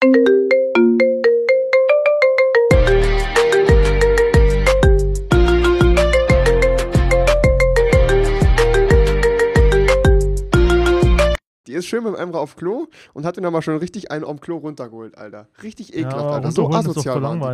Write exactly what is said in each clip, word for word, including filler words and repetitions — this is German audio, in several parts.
Die ist schön mit dem Emra auf Klo und hat ihn dann mal schon richtig einen am Klo runtergeholt, Alter. Richtig ekelhaft, Ja, Alter. So runterholen ist doch asozial voll waren die. langweilig.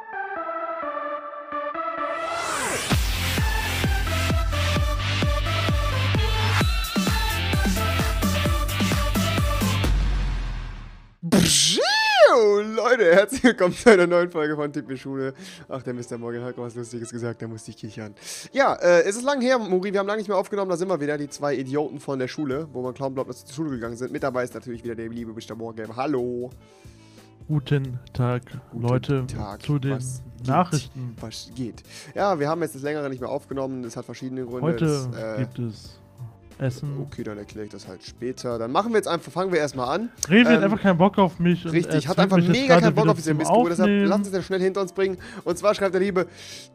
Leute, herzlich willkommen zu einer neuen Folge von Typisch Schule. Ach, der Mister Morgan hat was Lustiges gesagt, da musste ich kichern. Ja, äh, es ist lang her, Muri, wir haben lange nicht mehr aufgenommen, da sind wir wieder, die zwei Idioten von der Schule, wo man kaum glaubt, dass sie zur Schule gegangen sind. Mit dabei ist natürlich wieder der liebe Mister Morgan. Hallo. Guten Tag, Guten Leute, Tag. zu den Was Nachrichten. Geht? Was geht? Ja, wir haben jetzt das längere nicht mehr aufgenommen, das hat verschiedene Gründe. Heute das, äh, gibt es Essen. Okay, dann erkläre ich das halt später. Dann machen wir jetzt einfach, fangen wir erstmal an. Revi ähm, hat einfach keinen Bock auf mich. und Richtig, er hat zwingt einfach mich jetzt mega gerade keinen Bock wieder auf diese zum Mistgruppe, deshalb Aufnehmen. lass uns das schnell hinter uns bringen. Und zwar schreibt der liebe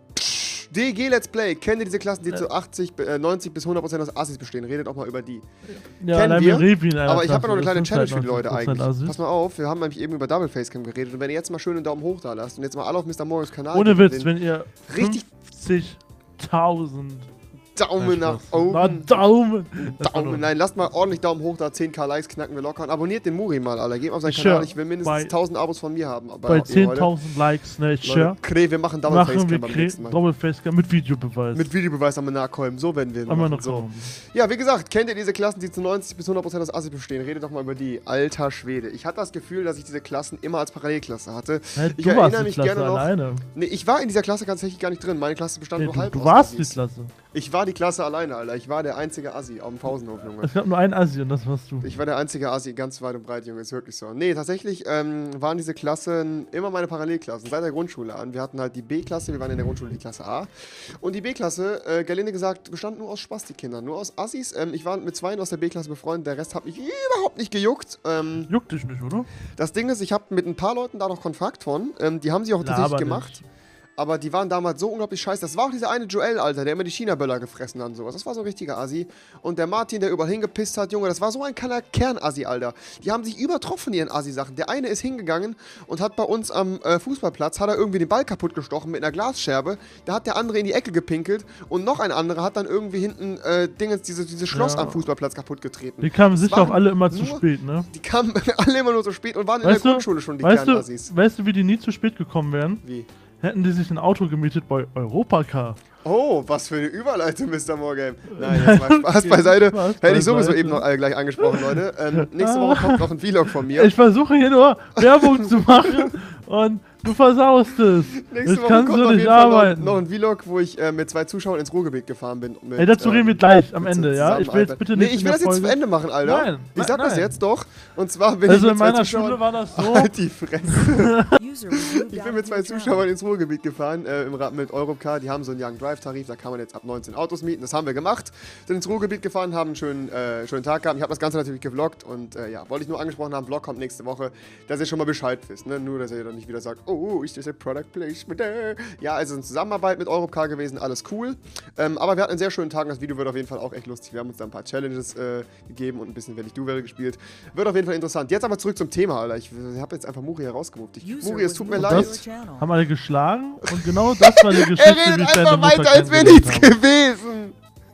D G Let's Play. Kennt ihr diese Klassen, die zu achtzig, äh, neunzig bis hundert Prozent aus Assis bestehen? Redet auch mal über die. Ja, Kennen allein wir, mit Revi in einer Aber ich habe ja noch eine Klasse, kleine das Challenge sind für die Leute halt eigentlich. neunzig Prozent Pass mal auf, wir haben nämlich eben über Double Facecam geredet. Und wenn ihr jetzt mal schön einen Daumen hoch da lasst und jetzt mal alle auf Mister Morgans Kanal Ohne geht, Witz, den wenn ihr richtig fünfzigtausend Daumen nach Na, oben. Daumen. Das war Daumen, nur- nein, lasst mal ordentlich Daumen hoch da, zehn K Likes knacken wir locker. Und abonniert den Muri mal, Alter. Geht auf seinen Ich Kanal, schwör, ich will mindestens bei- tausend Abos von mir haben. Bei zehntausend Likes, ne, ich schwör, Leute, wir machen Double machen wir Facecam beim nächsten Mal. Double Facecam mit Videobeweis. Mit Videobeweis am Nachkommen, so werden wir Einmal machen. noch So. kommen. Ja, wie gesagt, kennt ihr diese Klassen, die zu neunzig bis hundert Prozent aus Assi bestehen? Redet doch mal über die. Alter Schwede. Ich hatte das Gefühl, dass ich diese Klassen immer als Parallelklasse hatte. Hä, Ich du erinnere warst die mich Klasse gerne noch- alleine. Nee, ich war in dieser Klasse tatsächlich gar nicht drin. Meine Klasse bestand Nee, nur du, halb du aus warst die Assis. Klasse. Ich war die Klasse alleine, Alter. Ich war der einzige Assi auf dem Pausenhof, Junge. Es gab nur einen Assi und das warst du. Ich war der einzige Assi ganz weit und breit, Junge, ist wirklich so. Nee, tatsächlich ähm, waren diese Klassen immer meine Parallelklassen, seit der Grundschule an. Wir hatten halt die B-Klasse, wir waren in der Grundschule die Klasse A. Und die B-Klasse, äh, gelinde gesagt, bestand nur aus Spastikindern, nur aus Assis. Ähm, ich war mit zweien aus der B-Klasse befreundet, der Rest hat mich überhaupt nicht gejuckt. Ähm, Juckt dich nicht, oder? das Ding ist, ich habe mit ein paar Leuten da noch Kontakt von, ähm, die haben sie auch tatsächlich Laber gemacht. nicht. Aber die waren damals so unglaublich scheiße. Das war auch dieser eine Joel, Alter, der immer die China-Böller gefressen hat und sowas. Das war so ein richtiger Assi. Und der Martin, der überall hingepisst hat, Junge, das war so ein kleiner Kern-Assi, Alter. Die haben sich übertroffen, ihren Assi-Sachen. Der eine ist hingegangen und hat bei uns am äh, Fußballplatz, hat er irgendwie den Ball kaputt gestochen mit einer Glasscherbe. Da hat der andere in die Ecke gepinkelt. Und noch ein anderer hat dann irgendwie hinten äh, Dingens, diese, dieses Schloss Ja. am Fußballplatz kaputt getreten. Die kamen Das sicher waren auch alle immer zu nur- spät, ne? Die kamen alle immer nur so spät und waren in Weißt der du, Grundschule schon, die weißt, Kern-Assis. du, weißt du, wie die nie zu spät gekommen wären? Wie? Hätten die sich ein Auto gemietet bei Europacar. Oh, was für eine Überleitung, Mister Morgan. Nein, jetzt mal Spaß beiseite. Spaß Hätte ich sowieso beiseite. eben noch alle gleich angesprochen, Leute. Ähm, nächste Woche kommt noch ein Vlog von mir. Ich versuche hier nur Werbung zu machen und du versaust es. Nächste Das Woche kannst kommt du auf nicht jeden Fall arbeiten. noch, noch ein Vlog, wo ich äh, mit zwei Zuschauern ins Ruhrgebiet gefahren bin. Mit, Ey, dazu ähm, reden wir gleich am mit Ende, ja? Ich will jetzt Zusammenarbeit. bitte Nee, nicht ich in will der das jetzt zu Folge- Ende machen, Alter. Nein, ich sag nein, das nein. jetzt doch. Und zwar bin Also ich in mit zwei meiner Zuschauern... Schule war das so. Halt die Fresse. Ich bin mit zwei Zuschauern ins Ruhrgebiet gefahren, äh, im Ra- mit Europcar. Die haben so einen Young Drive-Tarif, da kann man jetzt ab neunzehn Autos mieten. Das haben wir gemacht. Sind ins Ruhrgebiet gefahren, haben einen schönen, äh, schönen Tag gehabt. Ich habe das Ganze natürlich gevloggt und äh, ja, wollte ich nur angesprochen haben, Vlog kommt nächste Woche, dass ihr schon mal Bescheid wisst. Ne? Nur, dass ihr dann nicht wieder sagt, oh, ist das ein Product Placement? Ja, also in Zusammenarbeit mit Europcar gewesen, alles cool. Ähm, aber wir hatten einen sehr schönen Tag. Das Video wird auf jeden Fall auch echt lustig. Wir haben uns da ein paar Challenges äh, gegeben und ein bisschen Wenn ich du wäre gespielt. Wird auf jeden Fall interessant. Jetzt aber zurück zum Thema, Alter. Ich, ich habe jetzt einfach Muri herausgemoved. Ich, Muri, es tut mir leid. Das haben alle geschlagen und genau das war die Geschichte, Er wie redet ich deine einfach Mutter weiter, als wäre kennengelernt nichts habe. gewesen.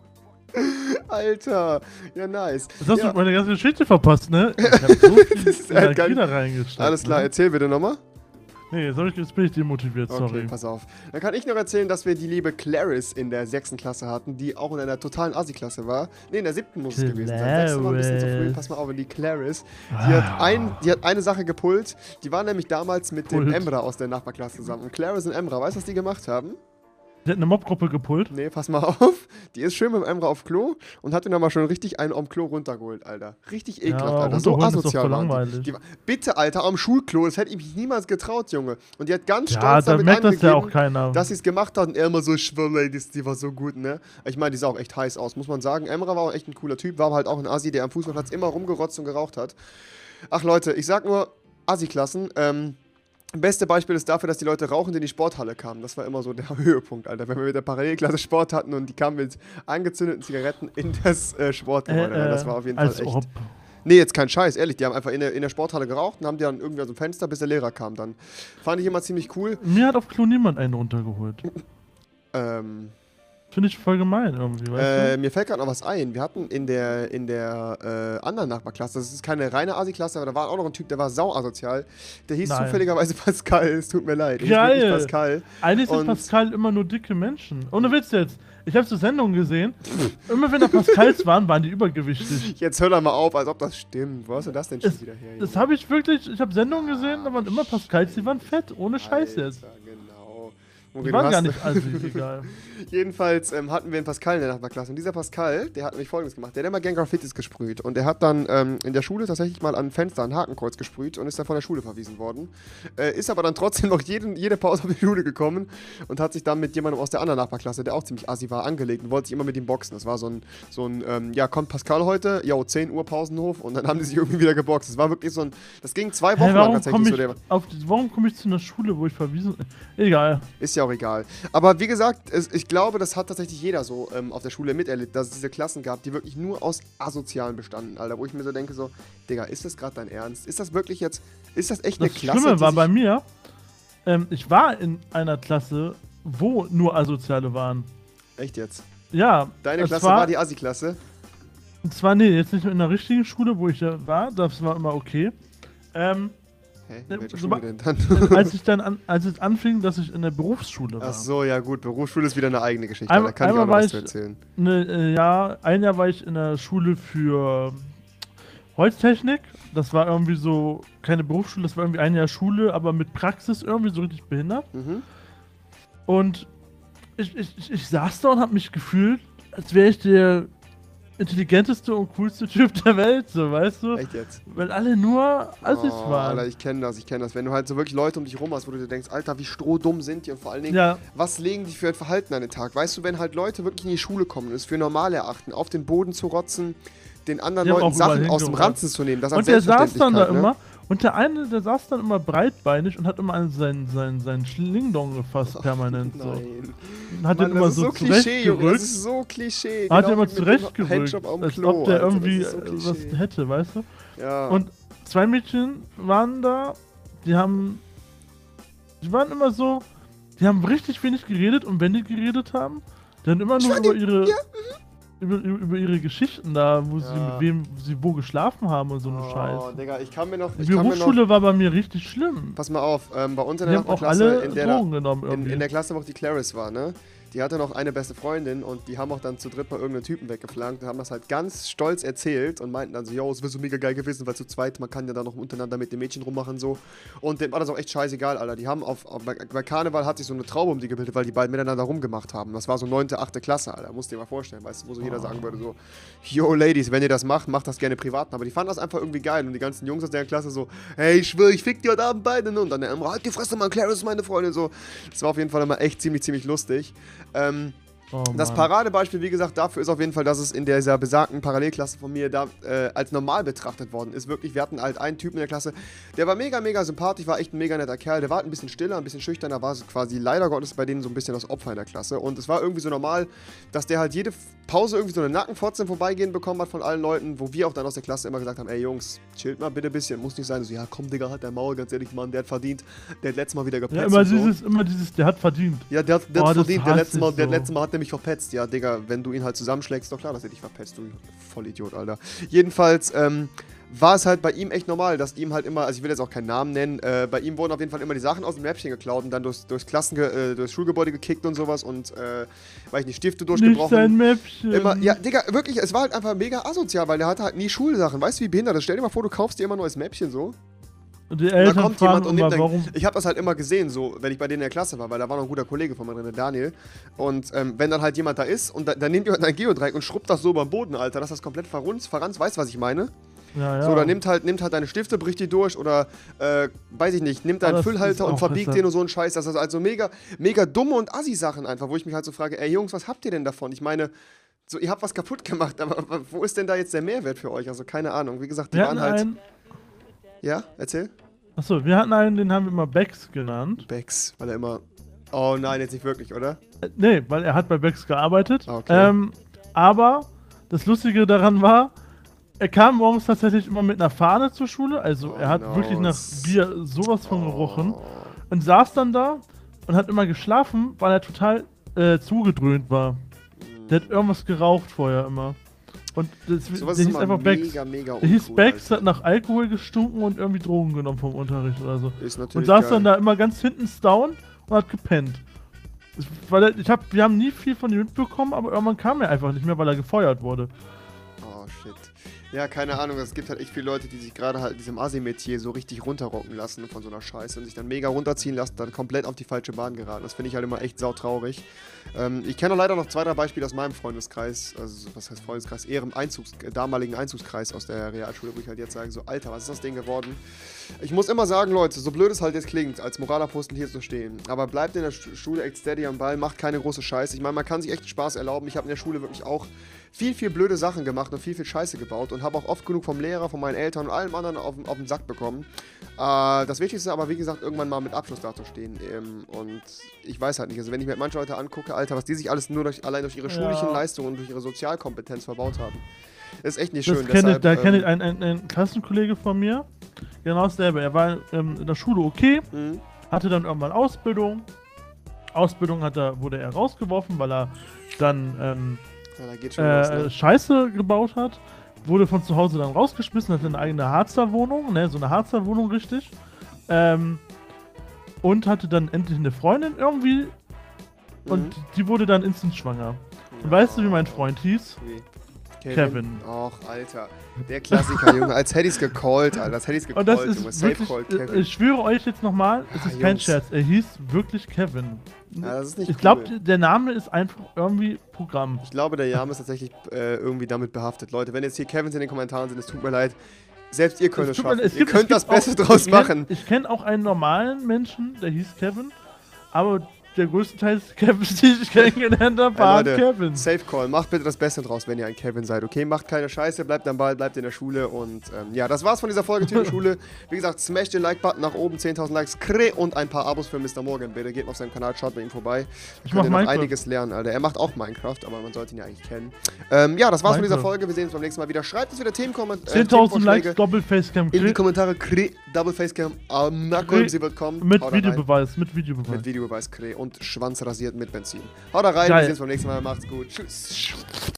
Alter, ja nice. Jetzt hast Ja. du meine ganze Geschichte verpasst, ne? Ich hab so viel Das ist halt Energie ganz- da reingesteckt. Alles klar, Ne? erzähl bitte nochmal. Nee, soll ich, jetzt bin ich demotiviert, Okay, sorry. pass auf. Dann kann ich noch erzählen, dass wir die liebe Clarice in der sechsten Klasse hatten, die auch in einer totalen Assi-Klasse war. Ne, in der siebten muss es gewesen sein. Sechste war ein bisschen zu früh. Clarice. Pass mal auf, die Clarice. Die, hat ein, die hat eine Sache gepullt. Die war nämlich damals mit dem Pult. Emra aus der Nachbarklasse zusammen. Und Clarice und Emra, weißt du, was die gemacht haben? Die hat eine Mobgruppe gepult. Nee, pass mal auf. Die ist schön mit dem Emra auf Klo und hat ihn dann mal schon richtig einen am Klo runtergeholt, Alter. Richtig ekelhaft, Ja, Alter. So runterholen ist doch asozial voll waren die. langweilig. die. war- Bitte, Alter, am Schulklo. Das hätte ich mich niemals getraut, Junge. Und die hat ganz Ja, stolz da damit merkt das ja angegeben, auch keiner. dass sie es gemacht hat und er immer so schwör, ey, die, die war so gut, ne? Ich meine, die sah auch echt heiß aus, muss man sagen. Emra war auch echt ein cooler Typ, war aber halt auch ein Assi, der am Fußballplatz immer rumgerotzt und geraucht hat. Ach Leute, ich sag nur, Assi-Klassen, ähm, beste Beispiel ist dafür, dass die Leute rauchend in die Sporthalle kamen. Das war immer so der Höhepunkt, Alter. Wenn wir mit der Parallelklasse Sport hatten und die kamen mit angezündeten Zigaretten in das äh, Sportgebäude. Äh, äh, das war auf jeden als Fall echt. ob. Nee, jetzt kein Scheiß, ehrlich. Die haben einfach in der, in der Sporthalle geraucht und haben die dann irgendwie aus dem Fenster, bis der Lehrer kam dann. Fand ich immer ziemlich cool. Mir hat auf Klo niemand einen runtergeholt. Ähm... Finde ich voll gemein irgendwie, weißt Äh, du? mir fällt gerade noch was ein. Wir hatten in der, in der äh, anderen Nachbarklasse, das ist keine reine Asi-Klasse, aber da war auch noch ein Typ, der war sau asozial. Der hieß Nein. zufälligerweise Pascal, es tut mir leid. Der hieß Geil. wirklich Pascal. Eigentlich sind Und- Pascal immer nur dicke Menschen. Ohne Witz jetzt. Ich habe so Sendungen gesehen. Immer wenn da Pascals waren, waren die übergewichtig. Jetzt hör doch mal auf, als ob das stimmt. Wo hast du das denn schon Es- wieder her? Das habe ich wirklich. Ich habe Sendungen gesehen, da waren immer Pascals, die waren fett. Ohne Scheiß jetzt. Alter, genau. Die Okay, du waren hast- gar nicht assi, egal. Jedenfalls ähm, hatten wir einen Pascal in der Nachbarklasse. Und dieser Pascal, der hat nämlich Folgendes gemacht. Der hat immer gern Graffitis gesprüht. Und der hat dann ähm, in der Schule tatsächlich mal an ein Fenster ein Hakenkreuz gesprüht und ist dann von der Schule verwiesen worden. Äh, ist aber dann trotzdem noch jeden, jede Pause auf die Schule gekommen und hat sich dann mit jemandem aus der anderen Nachbarklasse, der auch ziemlich assi war, angelegt und wollte sich immer mit ihm boxen. Das war so ein, so ein ähm, ja, kommt Pascal heute, jo, zehn Uhr Pausenhof und dann haben die sich irgendwie wieder geboxt. Das war wirklich so ein, das ging zwei Wochen Hey, lang warum tatsächlich komme so. ich, Der, auf die- warum komm ich zu einer Schule, wo ich verwiesen. Egal. Ist ja auch egal. Aber wie gesagt, es, ich glaube, das hat tatsächlich jeder so ähm, auf der Schule miterlebt, dass es diese Klassen gab, die wirklich nur aus Asozialen bestanden, Alter. Wo ich mir so denke, so, Digga, ist das gerade dein Ernst? Ist das wirklich jetzt, ist das echt eine Das Klasse? Schlimme die war sich- bei mir, ähm, ich war in einer Klasse, wo nur Asoziale waren. Echt jetzt? Ja. Deine es Klasse war, war die Assi-Klasse? Und zwar, nee, jetzt nicht in der richtigen Schule, wo ich da war, das war immer okay. Ähm, Hä? Ja, In welcher so Schule ma- denn dann? als ich dann an, als es anfing, dass ich in der Berufsschule war. Ach so, ja gut, Berufsschule ist wieder eine eigene Geschichte, Einmal- da kann ich auch einmal noch war was zu ich- erzählen. Ne, äh, ja, ein Jahr war ich in der Schule für Holztechnik. Das war irgendwie so keine Berufsschule, das war irgendwie ein Jahr Schule, aber mit Praxis irgendwie so richtig behindert. Mhm. Und ich, ich, ich, ich saß da und hab mich gefühlt, als wäre ich der intelligenteste und coolste Typ der Welt, so, weißt du? Echt jetzt? Weil alle nur Assis Oh, waren. Alter, ich kenne das, ich kenne das. Wenn du halt so wirklich Leute um dich rum hast, wo du dir denkst, Alter, wie strohdumm sind die und vor allen Dingen, Ja, was legen die für ein Verhalten an den Tag? Weißt du, wenn halt Leute wirklich in die Schule kommen und es für normal erachten, auf den Boden zu rotzen, den anderen Die haben Leuten auch überall Sachen aus dem hingerotzt. Ranzen zu nehmen, das an und der saß dann da Selbstverständlichkeit, ne? immer, und der eine, der saß dann immer breitbeinig und hat immer an seinen, seinen, seinen Schlingdong gefasst, permanent. So. Nein. Und hat Mann, den immer das ist so so Klischee, Junge, das zurechtgerückt. ist so Klischee. Hat Genau er immer wie mit dem zurechtgerückt, Handjob auf dem als Klo, ob der Alter, das irgendwie ist so äh, Klischee. was hätte, weißt du? Ja. Und zwei Mädchen waren da, die haben, die waren immer so, die haben richtig wenig geredet und wenn die geredet haben, dann immer nur über ihre, ja, über, über, über ihre Geschichten da, wo sie Ja. mit wem sie wo geschlafen haben und so eine Oh, Scheiße. Digga, ich kann mir noch... Die Ich kann mir noch Berufsschule war bei mir richtig schlimm. pass mal auf, ähm, bei uns in Die der haben auch Nachbarklasse, alle in der, Drogen genommen in, irgendwie. in der Klasse, wo auch die Clarice war, ne? Die hatte noch eine beste Freundin und die haben auch dann zu dritt mal irgendeinen Typen weggeflankt und haben das halt ganz stolz erzählt und meinten dann so, yo, es wäre so mega geil gewesen, weil zu zweit, man kann ja dann noch untereinander mit den Mädchen rummachen so. Und dem war das auch echt scheißegal, Alter. Die haben auf, auf bei bei Karneval hat sich so eine Traube um die gebildet, weil die beiden miteinander rumgemacht haben. Das war so neunte, achte Klasse, Alter. Musst dir mal vorstellen, weißt du, wo so jeder Oh. sagen würde so, yo, Ladies, wenn ihr das macht, macht das gerne privat. Aber die fanden das einfach irgendwie geil und die ganzen Jungs aus der Klasse so, hey, ich schwör, ich fick die heute Abend beide. Und dann der Emre, halt die Fresse, Mann, Clarice ist meine Freundin. So. Das war auf jeden Fall immer echt ziemlich, ziemlich lustig. Ähm, Oh, das Mann. Paradebeispiel, wie gesagt, dafür ist auf jeden Fall, dass es in dieser besagten Parallelklasse von mir da äh, als normal betrachtet worden ist. Wirklich, wir hatten halt einen Typen in der Klasse, der war mega, mega sympathisch, war echt ein mega netter Kerl. Der war halt ein bisschen stiller, ein bisschen schüchterner, war so quasi leider Gottes bei denen so ein bisschen das Opfer in der Klasse. Und es war irgendwie so normal, dass der halt jede Pause irgendwie so eine Nackenfotze im Vorbeigehen bekommen hat von allen Leuten, wo wir auch dann aus der Klasse immer gesagt haben, ey Jungs, chillt mal bitte ein bisschen, muss nicht sein. So, ja komm Digga, hat der Maul, ganz ehrlich, Mann, der hat verdient. Der hat letztes Mal wieder gepetzt Ja, immer und so. dieses, immer dieses, der hat verdient. Ja, der hat, der Oh, hat das verdient. Der hasse letzte, Mal, ich der so. letzte Mal hat der mich verpetzt. Ja, Digga, wenn du ihn halt zusammenschlägst, ist doch klar, dass er dich verpetzt, du Vollidiot, Alter. Jedenfalls, ähm, war es halt bei ihm echt normal, dass ihm halt immer, also ich will jetzt auch keinen Namen nennen, äh, bei ihm wurden auf jeden Fall immer die Sachen aus dem Mäppchen geklaut und dann durchs, durchs Klassen, äh, durchs Schulgebäude gekickt und sowas und, äh, weiß ich nicht, Stifte Nicht durchgebrochen. sein Mäppchen. Immer, ja, Digga, wirklich, es war halt einfach mega asozial, weil der hatte halt nie Schulsachen. Weißt du, wie behindert das? Stell dir mal vor, du kaufst dir immer ein neues Mäppchen so. Und die Da Eltern kommt fragen jemand und immer, nimmt warum. dann, ich habe das halt immer gesehen, so, wenn ich bei denen in der Klasse war, weil da war noch ein guter Kollege von mir drin, der Daniel. Und ähm, wenn dann halt jemand da ist und da, dann nimmt jemand ein Geodreieck und schrubbt das so über den Boden, Alter, dass das komplett verrunzt, verranzt, weißt du, was ich meine? Ja, ja. So, oder nimmt halt, nimmt halt deine Stifte, bricht die durch oder, äh, weiß ich nicht, nimmt Aber deinen das ist Füllhalter und auch verbiegt besser. den und so einen Scheiß. Das ist also mega, mega dumme und Assi-Sachen einfach, wo ich mich halt so frage, ey Jungs, was habt ihr denn davon? Ich meine, so, ihr habt was kaputt gemacht, aber, aber wo ist denn da jetzt der Mehrwert für euch? Also, keine Ahnung. Wie gesagt, die wir waren hatten halt. einen, Ja, erzähl. achso, wir hatten einen, den haben wir immer Bex genannt. Bex, weil er immer. Oh nein, jetzt nicht wirklich, oder? Äh, nee, weil er hat bei Bex gearbeitet. Ah, okay. Ähm, aber das Lustige daran war, er kam morgens tatsächlich immer mit einer Fahne zur Schule, also Oh, er hat no. wirklich nach Bier sowas von gerochen Oh. und saß dann da und hat immer geschlafen, weil er total äh, zugedröhnt war. Der hat irgendwas geraucht vorher immer. Und das, Sowas der ist hieß immer einfach Bex. mega, mega Der hieß uncool, Bex, Alter. hat nach Alkohol gestunken und irgendwie Drogen genommen vom Unterricht oder so. Ist natürlich Und saß geil. dann da immer ganz hinten down und hat gepennt. Das- Weil er, ich hab, wir haben nie viel von ihm mitbekommen, aber irgendwann kam er einfach nicht mehr, weil er gefeuert wurde. Oh, shit. Ja, keine Ahnung, es gibt halt echt viele Leute, die sich gerade halt in diesem Assi-Metier so richtig runterrocken lassen von so einer Scheiße und sich dann mega runterziehen lassen, dann komplett auf die falsche Bahn geraten. Das finde ich halt immer echt sautraurig. Ähm, ich kenne leider noch zwei, drei Beispiele aus meinem Freundeskreis, also was heißt Freundeskreis, eher im Einzugs äh, damaligen Einzugskreis aus der Realschule, wo ich halt jetzt sage, so Alter, was ist das Ding geworden? Ich muss immer sagen, Leute, so blöd es halt jetzt klingt, als Moralapostel hier zu stehen, aber bleibt in der Sch- Schule echt steady am Ball, macht keine große Scheiße. Ich meine, man kann sich echt Spaß erlauben. Ich habe in der Schule wirklich auch viel, viel blöde Sachen gemacht und viel, viel Scheiße gebaut und habe auch oft genug vom Lehrer, von meinen Eltern und allem anderen auf, auf den Sack bekommen. Äh, das Wichtigste ist aber, wie gesagt, irgendwann mal mit Abschlussdatum stehen. Ähm, und ich weiß halt nicht, also wenn ich mir manche Leute angucke, Alter, was die sich alles nur durch, allein durch ihre Ja. schulischen Leistungen und durch ihre Sozialkompetenz verbaut haben. ist echt nicht Das schön. kenn ich, Deshalb, da kenne ich ähm, einen, einen, einen Klassenkollege von mir, genau dasselbe. Er war ähm, in der Schule okay, mhm. hatte dann irgendwann Ausbildung. Ausbildung hat er, wurde er rausgeworfen, weil er dann ähm, Ja, da geht schon was, äh, ne? Scheiße gebaut hat. Wurde von zu Hause dann rausgeschmissen, hatte eine eigene Harzer Wohnung, ne, so eine Harzer Wohnung richtig. Ähm, und hatte dann endlich eine Freundin irgendwie. Und Mhm. die wurde dann instant schwanger. Und weißt du, wie mein Freund hieß? Wie? Kevin. Och, Alter. Der Klassiker, Junge. Als hätte ich's gecallt, Alter. Als hätte ich's Und gecallt, das Junge. ist Safe wirklich, called äh, Kevin. ich schwöre euch jetzt nochmal, es Ah, ist kein Jungs. Scherz, er hieß wirklich Kevin. Ja, das ist nicht Ich cool. glaube, der Name ist einfach irgendwie Programm. Ich glaube, der Name ist tatsächlich äh, irgendwie damit behaftet. Leute, wenn jetzt hier Kevins in den Kommentaren sind, es tut mir leid. Selbst ihr könnt es Es tut mir- schaffen. es Ihr gibt- es könnt gibt das Beste auch- draus ich kenn- machen. Ich kenne auch einen normalen Menschen, der hieß Kevin, aber der größte Teil des Kevins, die ich kennengelernt habe, Ey, waren Leute, Kevin. Safe Call. Macht bitte das Beste draus, wenn ihr ein Kevin seid, okay? Macht keine Scheiße, bleibt am Ball, bleibt in der Schule und ähm, ja, das war's von dieser Folge Typen Schule. Wie gesagt, smash den Like-Button nach oben, zehntausend Likes, kreh und ein paar Abos für Mister Morgan, bitte. Geht mal auf seinen Kanal, schaut bei ihm vorbei. Ich Könnt mach ihr noch Minecraft. einiges lernen, Alter. Er macht auch Minecraft, aber man sollte ihn ja eigentlich kennen. Ähm, ja, das war's von dieser Minecraft. Folge. Wir sehen uns beim nächsten Mal wieder. Schreibt uns wieder Themenkommentare. zehntausend Likes, Doppelfacecam, in die Kommentare, kreh, Double Facecam, ähm, Nacken, sie wird kommen. mit Haut da rein. Videobeweis, mit Videobeweis. Mit Videobeweis, kreh und Schwanz rasiert mit Benzin. Haut da rein, Geil. wir sehen uns beim nächsten Mal. Macht's gut. Tschüss.